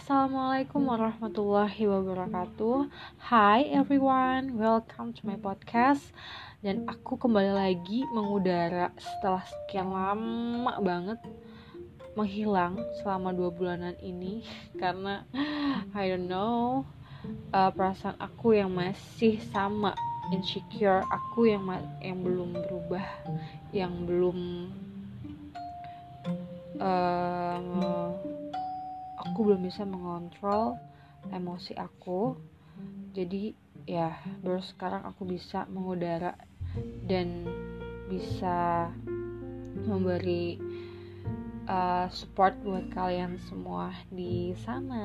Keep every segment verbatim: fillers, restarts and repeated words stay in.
Assalamualaikum warahmatullahi wabarakatuh. Hi everyone, welcome to my podcast. Dan aku kembali lagi mengudara setelah sekian lama banget menghilang selama dua bulanan ini. Karena I don't know, uh, perasaan aku yang masih sama, insecure aku yang ma- yang belum berubah, yang belum uh, aku belum bisa mengontrol emosi aku. Jadi ya baru sekarang aku bisa mengudara dan bisa memberi uh, support buat kalian semua di sana.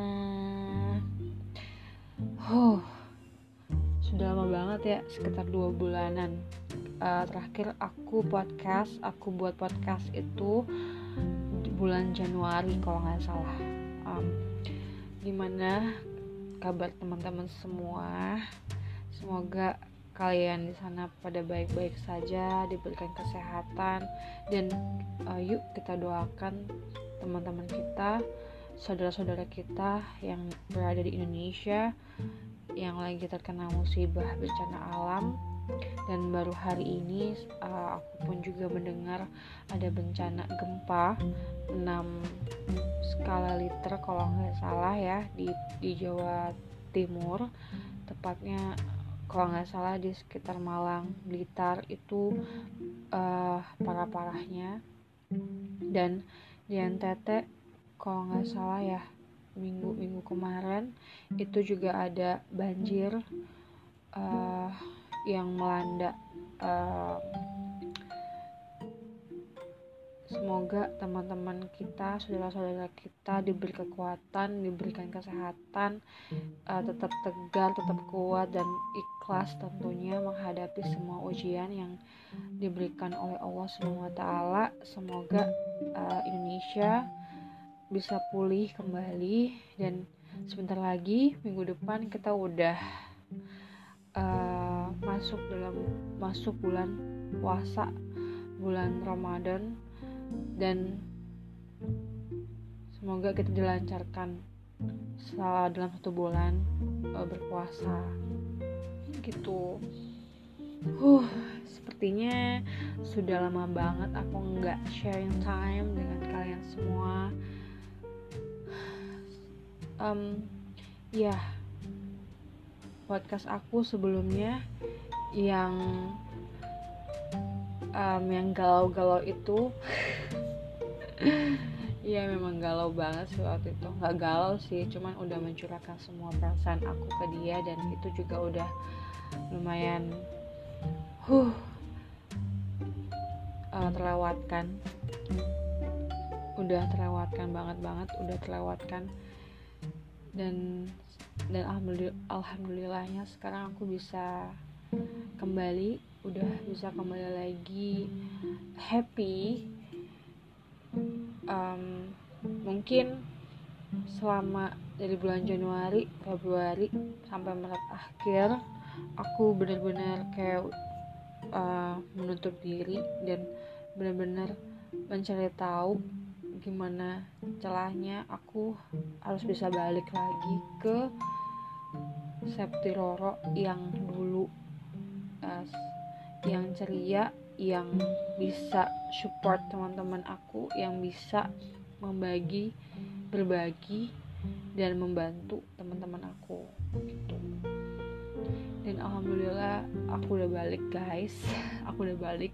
Huh, sudah lama banget ya, sekitar dua bulanan. Uh, terakhir aku podcast, aku buat podcast itu di bulan Januari kalau nggak salah. Um, gimana kabar teman-teman semua? Semoga kalian di sana pada baik-baik saja, diberikan kesehatan, dan uh, yuk kita doakan teman-teman kita, saudara-saudara kita yang berada di Indonesia yang lagi terkena musibah bencana alam. Dan baru hari ini uh, aku pun juga mendengar ada bencana gempa enam skala liter kalau nggak salah ya di di Jawa Timur, tepatnya kalau nggak salah di sekitar Malang, Blitar itu uh, parah-parahnya. Dan di N T T kalau nggak salah ya minggu minggu kemarin itu juga ada banjir uh, yang melanda. Uh, semoga teman-teman kita, saudara-saudara kita diberi kekuatan, diberikan kesehatan, uh, tetap tegar, tetap kuat dan ikhlas tentunya menghadapi semua ujian yang diberikan oleh Allah subhanahu wa taala. Semoga uh, Indonesia bisa pulih kembali, dan sebentar lagi minggu depan kita udah uh, masuk dalam masuk bulan puasa, bulan Ramadan, dan semoga kita dilancarkan selama dalam satu bulan uh, berpuasa gitu. Huh, sepertinya sudah lama banget aku nggak sharing time dengan kalian semua. Um, ya, yeah. Podcast aku sebelumnya yang um, yang galau-galau itu ya memang galau banget sih waktu itu. Nggak galau sih, cuman udah mencurahkan semua perasaan aku ke dia, dan itu juga udah lumayan huh uh, terlewatkan udah terlewatkan banget banget udah terlewatkan dan dan alhamdulillah, alhamdulillahnya sekarang aku bisa kembali, udah bisa kembali lagi happy. Um, mungkin selama dari bulan Januari, Februari sampai Maret akhir aku benar-benar kayak uh, menutup diri dan benar-benar mencari tahu gimana celahnya aku harus bisa balik lagi ke Septi Roro yang dulu, uh, yang ceria, yang bisa support teman-teman aku, yang bisa membagi, berbagi dan membantu teman-teman aku gitu. Dan alhamdulillah aku udah balik guys, aku udah balik.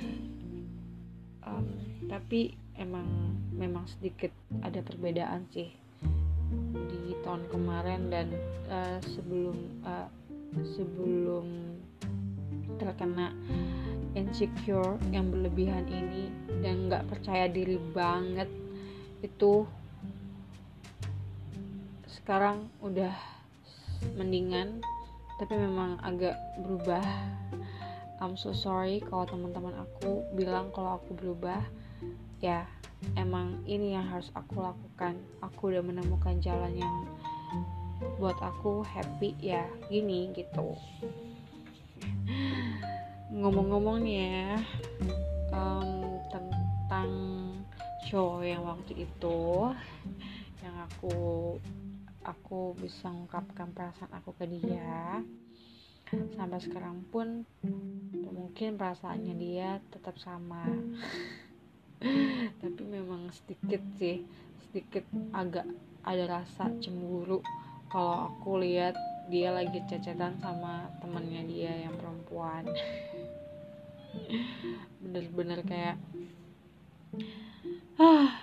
Um, tapi emang memang sedikit ada perbedaan sih di tahun kemarin dan uh, sebelum uh, sebelum terkena insecure yang berlebihan ini dan nggak percaya diri banget itu. Sekarang udah mendingan, tapi memang agak berubah. I'm so sorry kalau teman-teman aku bilang kalau aku berubah. Ya, emang ini yang harus aku lakukan. Aku udah menemukan jalan yang buat aku happy ya, gini gitu. Ngomong-ngomong nih ya, um, tentang show yang waktu itu yang aku aku bisa mengungkapkan perasaan aku ke dia. Sampai sekarang pun mungkin perasaannya dia tetap sama. Tapi memang sedikit sih, sedikit agak ada rasa cemburu kalau aku lihat dia lagi cecetan sama temannya dia yang perempuan. Bener-bener kayak ah,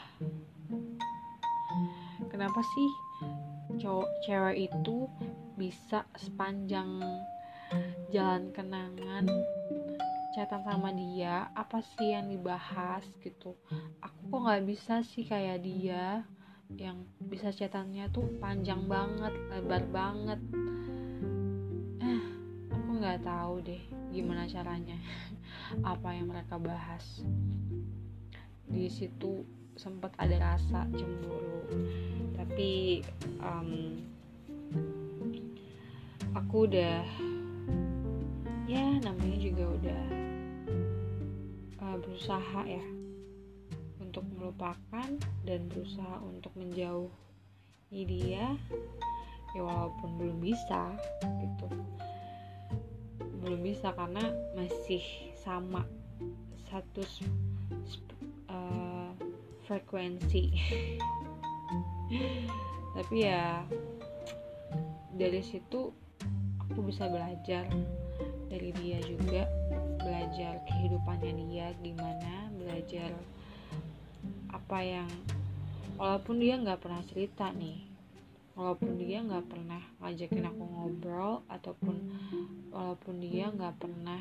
kenapa sih cowok cewek itu bisa sepanjang jalan kenangan chatan sama dia, apa sih yang dibahas gitu. Aku kok nggak bisa sih kayak dia yang bisa chatannya tuh panjang banget, lebar banget. Eh, aku nggak tahu deh gimana caranya. Apa yang mereka bahas. Di situ sempat ada rasa cemburu, tapi um, aku udah, ya namanya juga udah uh, berusaha ya untuk melupakan dan berusaha untuk menjauhi dia, ya walaupun belum bisa gitu, belum bisa karena masih sama satu uh, frekuensi. Tapi ya dari situ aku bisa belajar dari dia juga, belajar kehidupannya dia gimana, belajar apa yang, walaupun dia nggak pernah cerita nih, walaupun dia nggak pernah ngajakin aku ngobrol, ataupun walaupun dia nggak pernah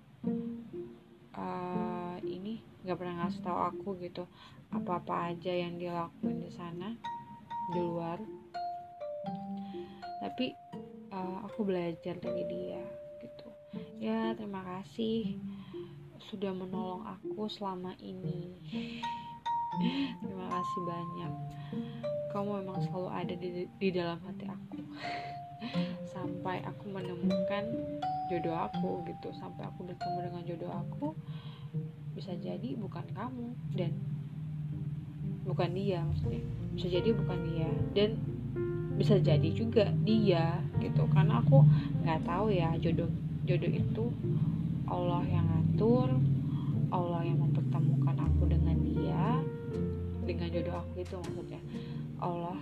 uh, ini nggak pernah ngasih tahu aku gitu apa-apa aja yang dia lakuin di sana di luar, tapi uh, aku belajar dari dia gitu. Ya terima kasih sudah menolong aku selama ini. Terima kasih banyak. Kamu memang selalu ada di, di dalam hati aku. Sampai aku menemukan jodoh aku gitu. Sampai aku bertemu dengan jodoh aku. Bisa jadi bukan kamu dan bukan dia maksudnya. Bisa jadi bukan dia dan bisa jadi juga dia gitu. Karena aku gak tahu ya, jodoh jodoh itu Allah yang ngatur, Allah yang mempertemukan aku dengan dia, dengan jodoh aku itu maksudnya. Allah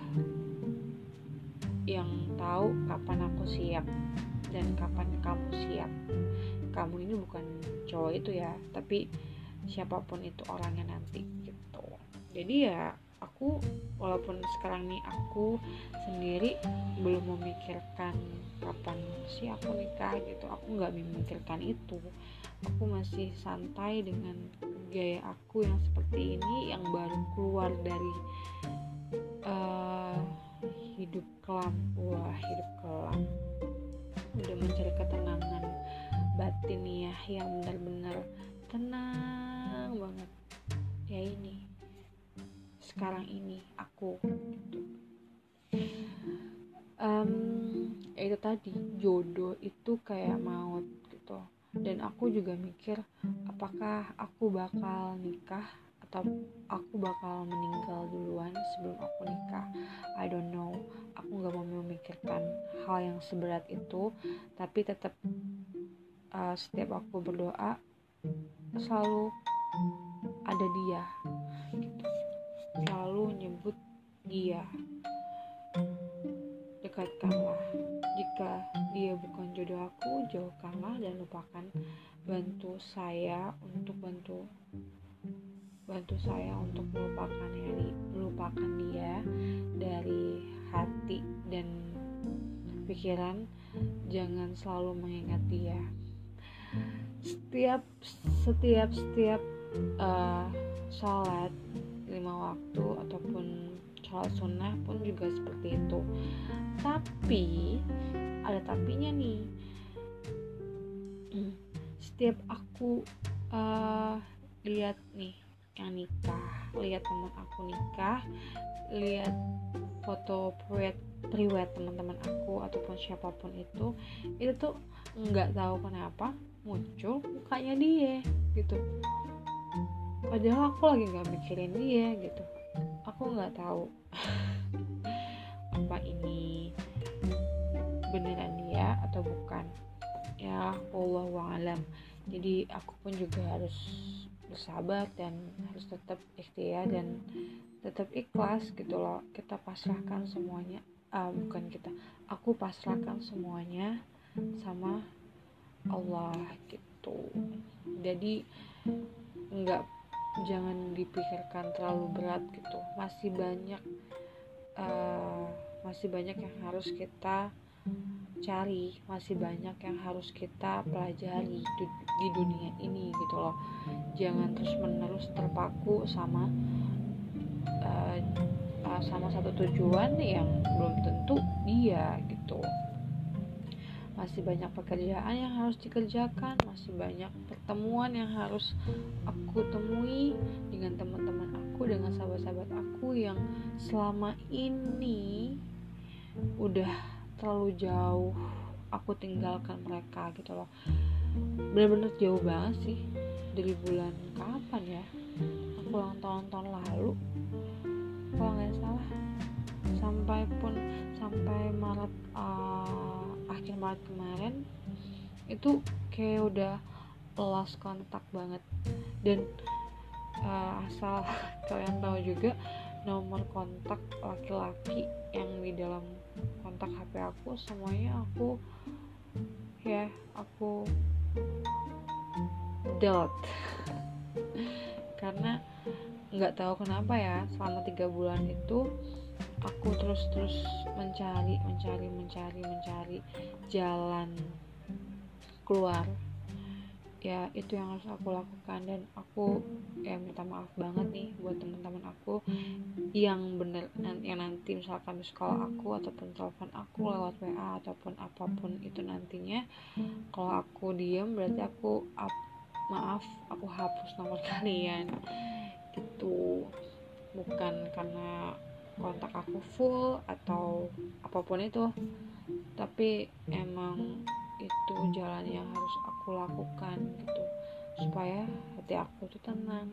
yang tahu kapan aku siap dan kapan kamu siap. Kamu ini bukan cowok itu ya, tapi siapapun itu orangnya nanti gitu. Jadi ya aku, walaupun sekarang nih aku sendiri belum memikirkan kapan sih aku nikah gitu, aku nggak memikirkan itu. Aku masih santai dengan gaya aku yang seperti ini, yang baru keluar dari uh, hidup kelam. Wah, hidup kelam. Udah mencari ketenangan batin ya, yang benar-benar tenang banget. Ya ini, sekarang ini aku gitu. Um, ya itu tadi, jodoh itu kayak maut gitu. Dan aku juga mikir, apakah aku bakal nikah atau aku bakal meninggal duluan sebelum aku nikah. I don't know. Aku gak mau memikirkan hal yang seberat itu. Tapi tetap uh, setiap aku berdoa selalu ada dia gitu. Selalu nyebut dia. Dekatkanlah. Jika dia bukan jodoh aku, jauhkanlah dan lupakan. Bantu saya untuk bantu bantu saya untuk melupakan ya, melupakan dia dari hati dan pikiran. Jangan selalu mengingat dia. Setiap setiap setiap uh, sholat lima waktu ataupun sholat sunnah pun juga seperti itu. Tapi ada tapinya nih. Setiap aku uh, lihat nih yang nikah, lihat teman aku nikah, lihat foto priwet priwet teman-teman aku ataupun siapapun itu, itu tuh nggak tahu kenapa muncul mukanya dia gitu. Padahal aku lagi nggak mikirin dia gitu. Aku nggak tahu. Aku selama ini beneran dia atau bukan, ya wallahu a'lam. Jadi aku pun juga harus bersabar dan harus tetap ikhtiar dan tetap ikhlas gitu loh. Kita pasrahkan semuanya, ah bukan kita, aku pasrahkan semuanya sama Allah gitu. Jadi nggak, jangan dipikirkan terlalu berat gitu. Masih banyak uh, masih banyak yang harus kita cari, masih banyak yang harus kita pelajari di, di dunia ini gitu loh. Jangan terus menerus terpaku sama uh, uh, sama satu tujuan yang belum tentu dia gitu. Masih banyak pekerjaan yang harus dikerjakan, masih banyak pertemuan yang harus aku temui dengan teman-teman aku, dengan sahabat-sahabat aku yang selama ini udah terlalu jauh aku tinggalkan mereka gitu loh. Bener-bener jauh banget sih. Dari bulan kapan ya, aku ulang tahun tahun lalu kalau nggak salah, sampai pun sampai Maret, uh, akhir Maret kemarin itu kayak udah lost kontak banget. Dan uh, asal kalian tahu juga, nomor kontak laki-laki yang di dalam kontak H P aku semuanya aku ya aku delete karena nggak tahu kenapa ya, selama tiga bulan itu aku terus-terus mencari mencari mencari mencari jalan keluar. Ya itu yang harus aku lakukan, dan aku ya minta maaf banget nih buat teman-teman aku yang bener yang nanti misalkan di sekolah aku ataupun telepon aku lewat W A ataupun apapun itu nantinya, kalau aku diem berarti aku up, maaf aku hapus nomor kalian gitu. Bukan karena kontak aku full atau apapun itu, tapi emang itu jalan yang harus aku lakukan gitu supaya hati aku tuh tenang.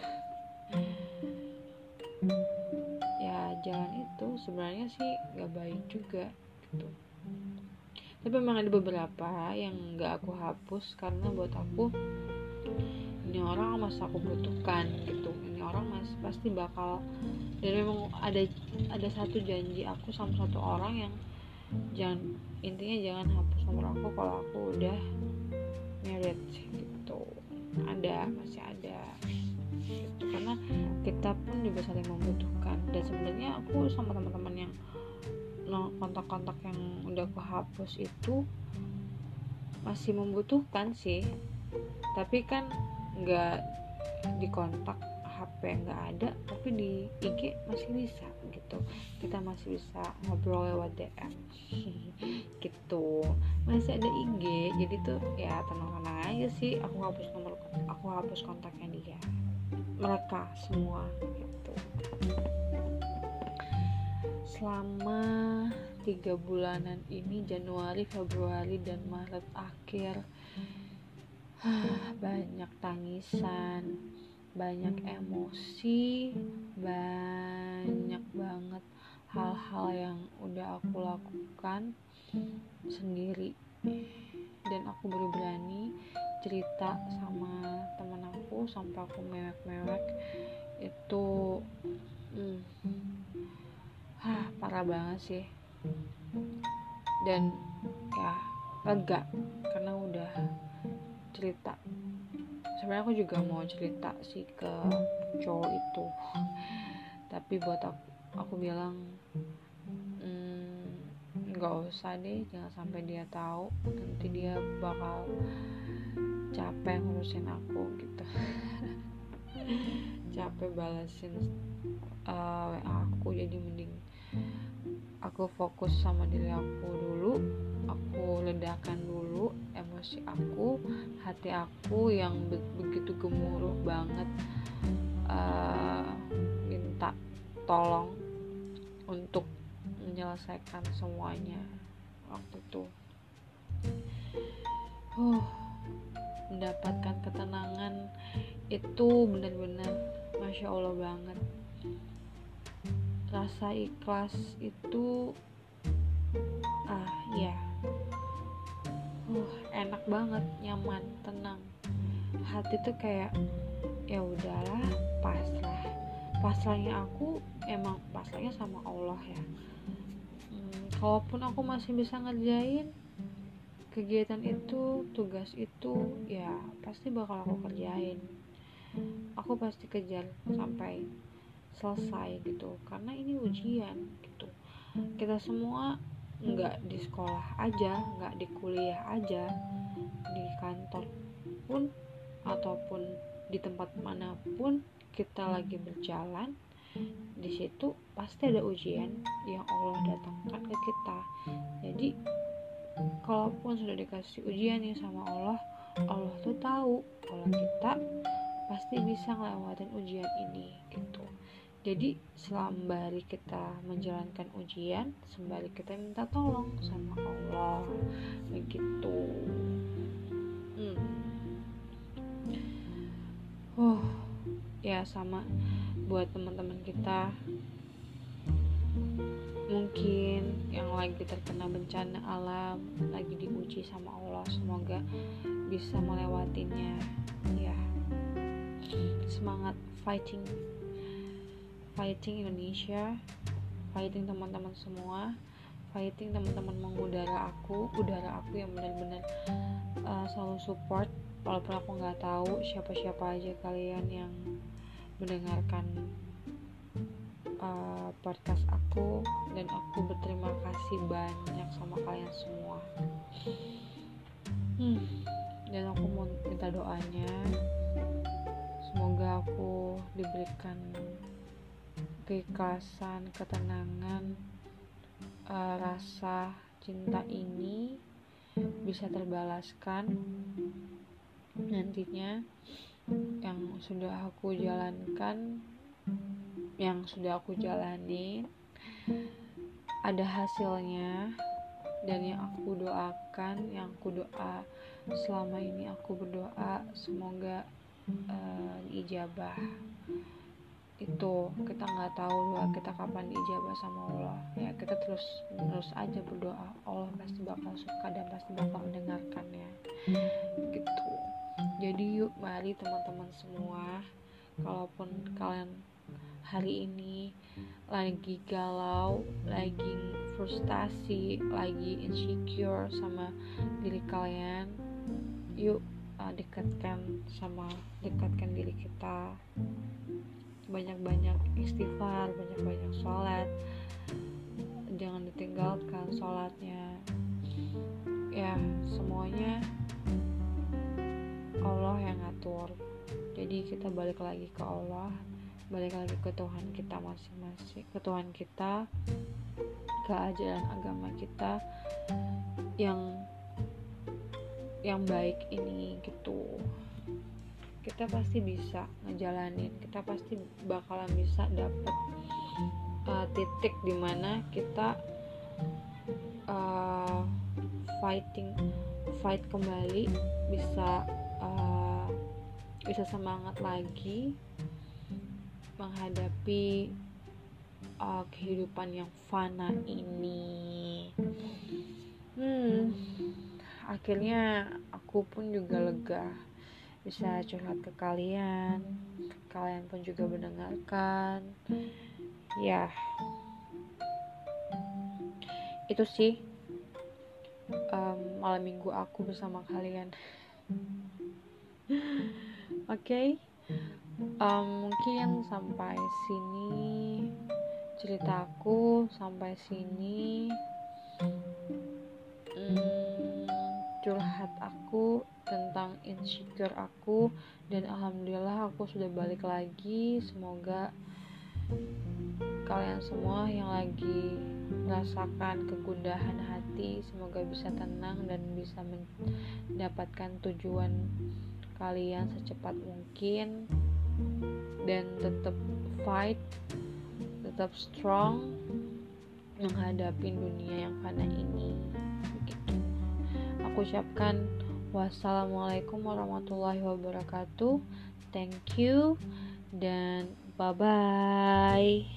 Ya jalan itu sebenarnya sih gak baik juga gitu, tapi memang ada beberapa yang gak aku hapus karena buat aku ini orang masih aku butuhkan gitu, ini orang masih pasti bakal. Dan memang ada ada satu janji aku sama satu orang yang jangan, intinya jangan hapus nomor aku kalau aku udah married gitu. Ada, masih ada gitu, karena kita pun juga saling membutuhkan. Dan sebenarnya aku sama teman-teman yang no, kontak-kontak yang udah aku hapus itu masih membutuhkan sih, tapi kan nggak di kontak H P nggak ada, tapi di I G masih bisa gitu, kita masih bisa ngobrol lewat D M gitu, masih ada I G. Jadi tuh ya tenang-tenang aja sih, aku hapus nomor aku hapus kontaknya dia, mereka semua gitu. Selama tiga bulanan ini, Januari, Februari, dan Maret akhir, banyak tangisan, banyak emosi, banyak banget hal-hal yang udah aku lakukan sendiri, dan aku baru berani cerita sama teman aku sampai aku mewek-mewek itu. hmm, Hah, parah banget sih. Dan ya lega karena udah cerita. Sebenarnya aku juga mau cerita sih ke cowok itu, tapi buat aku aku bilang nggak hmm, usah deh, jangan sampai dia tahu, nanti dia bakal capek ngurusin aku gitu. Capek balasin uh, W A aku, jadi mending aku fokus sama diri aku dulu, aku ledakan dulu emosi aku, hati aku yang be- begitu gemuruh banget, uh, minta tolong untuk menyelesaikan semuanya waktu itu. uh, mendapatkan ketenangan itu benar-benar Masya Allah banget. Rasa ikhlas itu ah ya uh enak banget, nyaman, tenang. Hati tuh kayak ya udahlah, pasrah. Pasrahnya aku emang pasrahnya sama Allah ya. Hmm, kalaupun aku masih bisa ngerjain kegiatan itu, tugas itu, ya pasti bakal aku kerjain. Aku pasti kejar sampai selesai gitu, karena ini ujian gitu. Kita semua nggak di sekolah aja, nggak di kuliah aja, di kantor pun ataupun di tempat manapun kita lagi berjalan, di situ pasti ada ujian yang Allah datangkan ke kita. Jadi kalaupun sudah dikasih ujian nih sama Allah, Allah tuh tahu kalau kita pasti bisa ngelewatin ujian ini gitu. Jadi sembari kita menjalankan ujian, sembari kita minta tolong sama Allah begitu. hmm. Oh ya, sama buat teman-teman kita mungkin yang lagi terkena bencana alam, lagi diuji sama Allah, semoga bisa melewatinya ya. Semangat, fighting fighting Indonesia, fighting teman-teman semua, fighting teman-teman mengudara aku, udara aku yang benar-benar uh, selalu support walaupun aku nggak tahu siapa-siapa aja kalian yang mendengarkan uh, podcast aku, dan aku berterima kasih banyak sama kalian semua. hmm, dan aku mau minta doanya, semoga aku diberikan keikhlasan, ketenangan, uh, rasa cinta ini bisa terbalaskan nantinya. Yang sudah aku jalankan, yang sudah aku jalani, ada hasilnya. Dan yang aku doakan, yang aku doa selama ini, aku berdoa semoga uh, diijabah. Itu kita nggak tahu doa kita kapan diijabah sama Allah ya. Kita terus terus aja berdoa, Allah pasti bakal suka dan pasti bakal mendengarkannya gitu. Jadi yuk, mari teman-teman semua, kalaupun kalian hari ini lagi galau, lagi frustasi, lagi insecure sama diri kalian, yuk uh, dekatkan sama dekatkan diri kita, banyak-banyak istighfar, banyak-banyak sholat, jangan ditinggalkan sholatnya ya. Semuanya Allah yang ngatur. Jadi kita balik lagi ke Allah, balik lagi ke Tuhan kita masing-masing, ke Tuhan kita, ke ajaran agama kita yang yang baik ini gitu. Kita pasti bisa ngejalanin, kita pasti bakalan bisa dapet uh, titik dimana kita uh, fighting fight kembali, bisa uh, bisa semangat lagi menghadapi uh, kehidupan yang fana ini. Hmm, akhirnya aku pun juga lega bisa curhat ke kalian, kalian pun juga mendengarkan. Ya, itu sih um, malam minggu aku bersama kalian. Oke, okay? um, mungkin sampai sini ceritaku, sampai sini hmm, curhat aku tentang insecure aku, dan alhamdulillah aku sudah balik lagi. Semoga kalian semua yang lagi merasakan kegundahan hati, semoga bisa tenang dan bisa mendapatkan tujuan kalian secepat mungkin, dan tetap fight, tetap strong menghadapi dunia yang fana ini begitu. Aku ucapkan wassalamualaikum warahmatullahi wabarakatuh. Thank you dan bye bye.